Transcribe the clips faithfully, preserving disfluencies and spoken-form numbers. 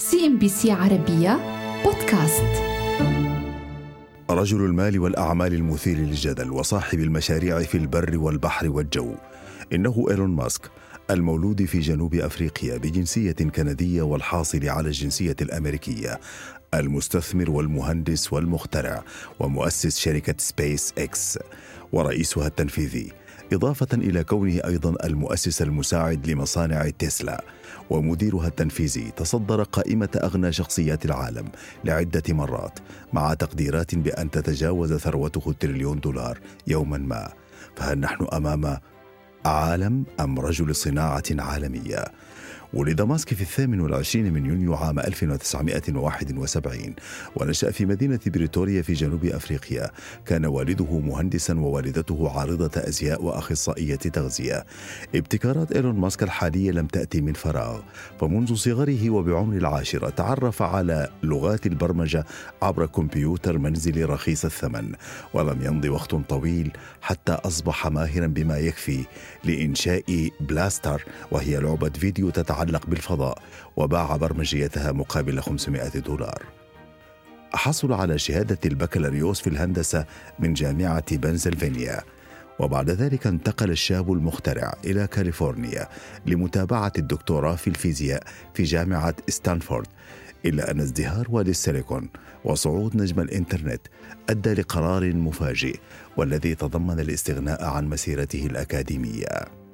سي إم بي سي عربية بودكاست. رجل المال والأعمال المثير للجدل وصاحب المشاريع في البر والبحر والجو، إنه إيلون ماسك، المولود في جنوب أفريقيا بجنسية كندية والحاصل على الجنسية الأمريكية، المستثمر والمهندس والمخترع ومؤسس شركة سبيس إكس ورئيسها التنفيذي، إضافة إلى كونه أيضا المؤسس المساعد لمصانع تسلا ومديرها التنفيذي. تصدر قائمة أغنى شخصيات العالم لعدة مرات، مع تقديرات بأن تتجاوز ثروته التريليون دولار يوما ما. فهل نحن أمام عالم أم رجل صناعة عالمية؟ ولد ماسك في الثامن والعشرين من يونيو عام ألف وتسعمائة وواحد وسبعين، ونشأ في مدينة بريتوريا في جنوب أفريقيا. كان والده مهندسا ووالدته عارضة أزياء وأخصائية تغذية. ابتكارات إيلون ماسك الحالية لم تأتي من فراغ، فمنذ صغره وبعمر العاشرة تعرف على لغات البرمجة عبر كمبيوتر منزلي رخيص الثمن، ولم يمض وقت طويل حتى أصبح ماهرا بما يكفي لإنشاء بلاستر، وهي لعبة فيديو تتعلق بالفضاء، وباع برمجيتها مقابل خمسمائة دولار. حصل على شهادة البكالوريوس في الهندسة من جامعة بنسلفانيا، وبعد ذلك انتقل الشاب المخترع إلى كاليفورنيا لمتابعة الدكتوراه في الفيزياء في جامعة ستانفورد، إلا أن ازدهار وادي السيليكون وصعود نجم الإنترنت أدى لقرار مفاجئ، والذي تضمن الاستغناء عن مسيرته الأكاديمية.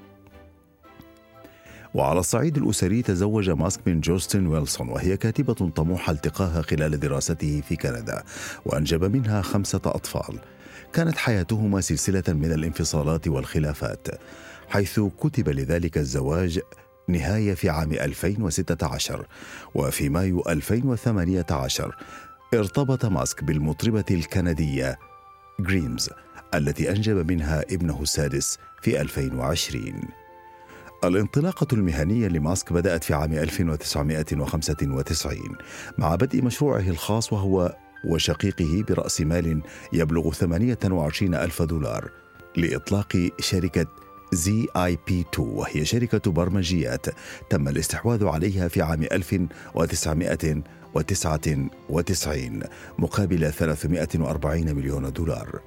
وعلى الصعيد الأسري، تزوج ماسك من جوستن ويلسون، وهي كاتبة طموحة التقاها خلال دراسته في كندا، وأنجب منها خمسة أطفال. كانت حياتهما سلسلة من الانفصالات والخلافات، حيث كتب لذلك الزواج نهاية في عام ألفين وستة عشر. وفي مايو ألفين وثمانية عشر ارتبط ماسك بالمطربة الكندية غريمز، التي أنجب منها ابنه السادس في ألفين وعشرين. الانطلاقة المهنية لماسك بدأت في عام ألف وتسعمائة وخمسة وتسعين مع بدء مشروعه الخاص، وهو وشقيقه برأس مال يبلغ ثمانية وعشرين ألف دولار، لإطلاق شركة زي آي بي اثنين، وهي شركة برمجيات تم الاستحواذ عليها في عام ألف وتسعمائة وتسعة وتسعين مقابل ثلاثمائة وأربعين مليون دولار.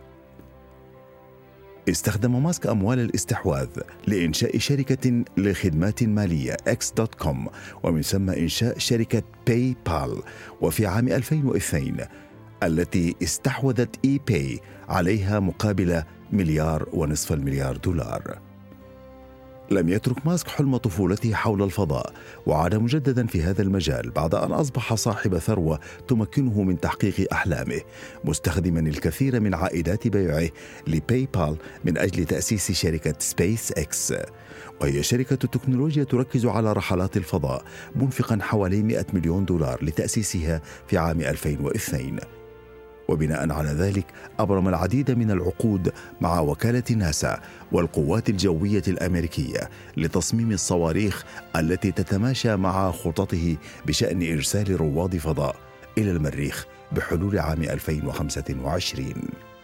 استخدم ماسك أموال الاستحواذ لإنشاء شركة لخدمات مالية إكس دوت كوم، ومن ثم إنشاء شركة باي بال، وفي عام ألفين واثنين التي استحوذت إي باي عليها مقابل مليار ونصف المليار دولار. لم يترك ماسك حلم طفولته حول الفضاء، وعاد مجددا في هذا المجال بعد أن أصبح صاحب ثروة تمكنه من تحقيق أحلامه، مستخدما الكثير من عائدات بيعه لباي بال من أجل تأسيس شركة سبيس إكس، وهي شركة تكنولوجيا تركز على رحلات الفضاء، منفقا حوالي مئة مليون دولار لتأسيسها في عام ألفين واثنين. وبناء على ذلك أبرم العديد من العقود مع وكالة ناسا والقوات الجوية الأمريكية لتصميم الصواريخ التي تتماشى مع خططه بشأن إرسال رواد فضاء إلى المريخ بحلول عام ألفين وخمسة وعشرين.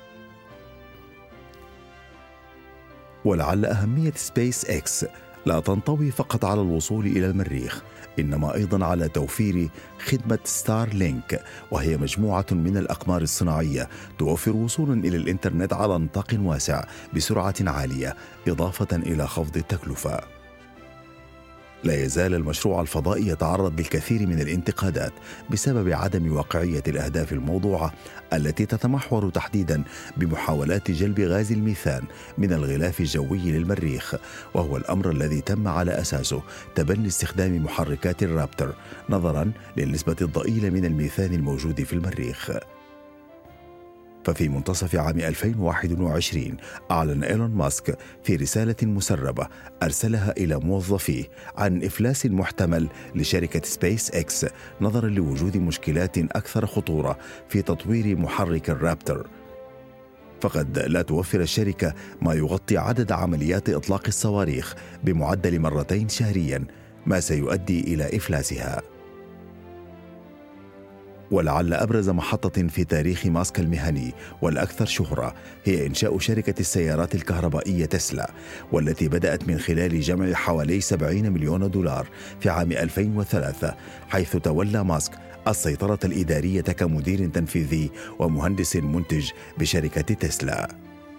ولعل أهمية سبيس إكس لا تنطوي فقط على الوصول إلى المريخ، إنما أيضا على توفير خدمة ستار لينك، وهي مجموعة من الأقمار الصناعية توفر وصولا إلى الإنترنت على نطاق واسع بسرعة عالية، إضافة إلى خفض التكلفة. لا يزال المشروع الفضائي يتعرض للكثير من الانتقادات بسبب عدم واقعية الأهداف الموضوعة، التي تتمحور تحديدا بمحاولات جلب غاز الميثان من الغلاف الجوي للمريخ، وهو الأمر الذي تم على أساسه تبني استخدام محركات الرابتر نظرا للنسبة الضئيلة من الميثان الموجود في المريخ. ففي منتصف عام ألفين وواحد وعشرين أعلن إيلون ماسك في رسالة مسربة أرسلها إلى موظفيه عن إفلاس محتمل لشركة سبيس إكس، نظرا لوجود مشكلات أكثر خطورة في تطوير محرك الرابتر. فقد لا توفر الشركة ما يغطي عدد عمليات إطلاق الصواريخ بمعدل مرتين شهريا، ما سيؤدي إلى إفلاسها. ولعل أبرز محطة في تاريخ ماسك المهني والأكثر شهرة هي إنشاء شركة السيارات الكهربائية تسلا، والتي بدأت من خلال جمع حوالي سبعين مليون دولار في عام ألفين وثلاثة، حيث تولى ماسك السيطرة الإدارية كمدير تنفيذي ومهندس منتج بشركة تسلا.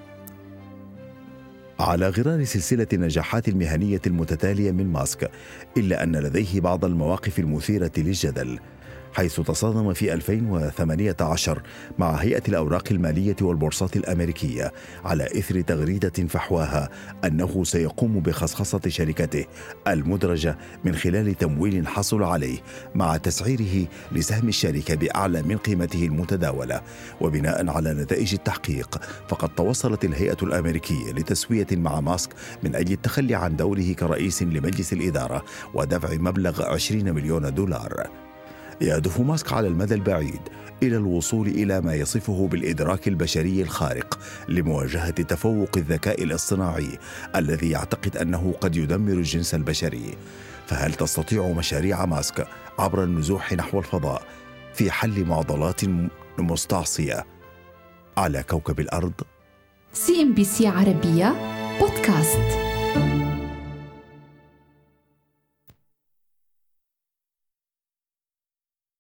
على غرار سلسلة النجاحات المهنية المتتالية من ماسك، إلا أن لديه بعض المواقف المثيرة للجدل، حيث تصادم في ألفين وثمانية عشر مع هيئة الأوراق المالية والبورصات الأمريكية على إثر تغريدة فحواها أنه سيقوم بخصخصة شركته المدرجة من خلال تمويل حصل عليه مع تسعيره لسهم الشركة بأعلى من قيمته المتداولة. وبناء على نتائج التحقيق، فقد توصلت الهيئة الأمريكية لتسوية مع ماسك من أجل التخلي عن دوره كرئيس لمجلس الإدارة ودفع مبلغ عشرين مليون دولار. يهدف ماسك على المدى البعيد إلى الوصول إلى ما يصفه بالإدراك البشري الخارق لمواجهة تفوق الذكاء الاصطناعي الذي يعتقد أنه قد يدمر الجنس البشري. فهل تستطيع مشاريع ماسك عبر النزوح نحو الفضاء في حل معضلات مستعصية على كوكب الأرض؟ سي إم بي سي عربية بودكاست.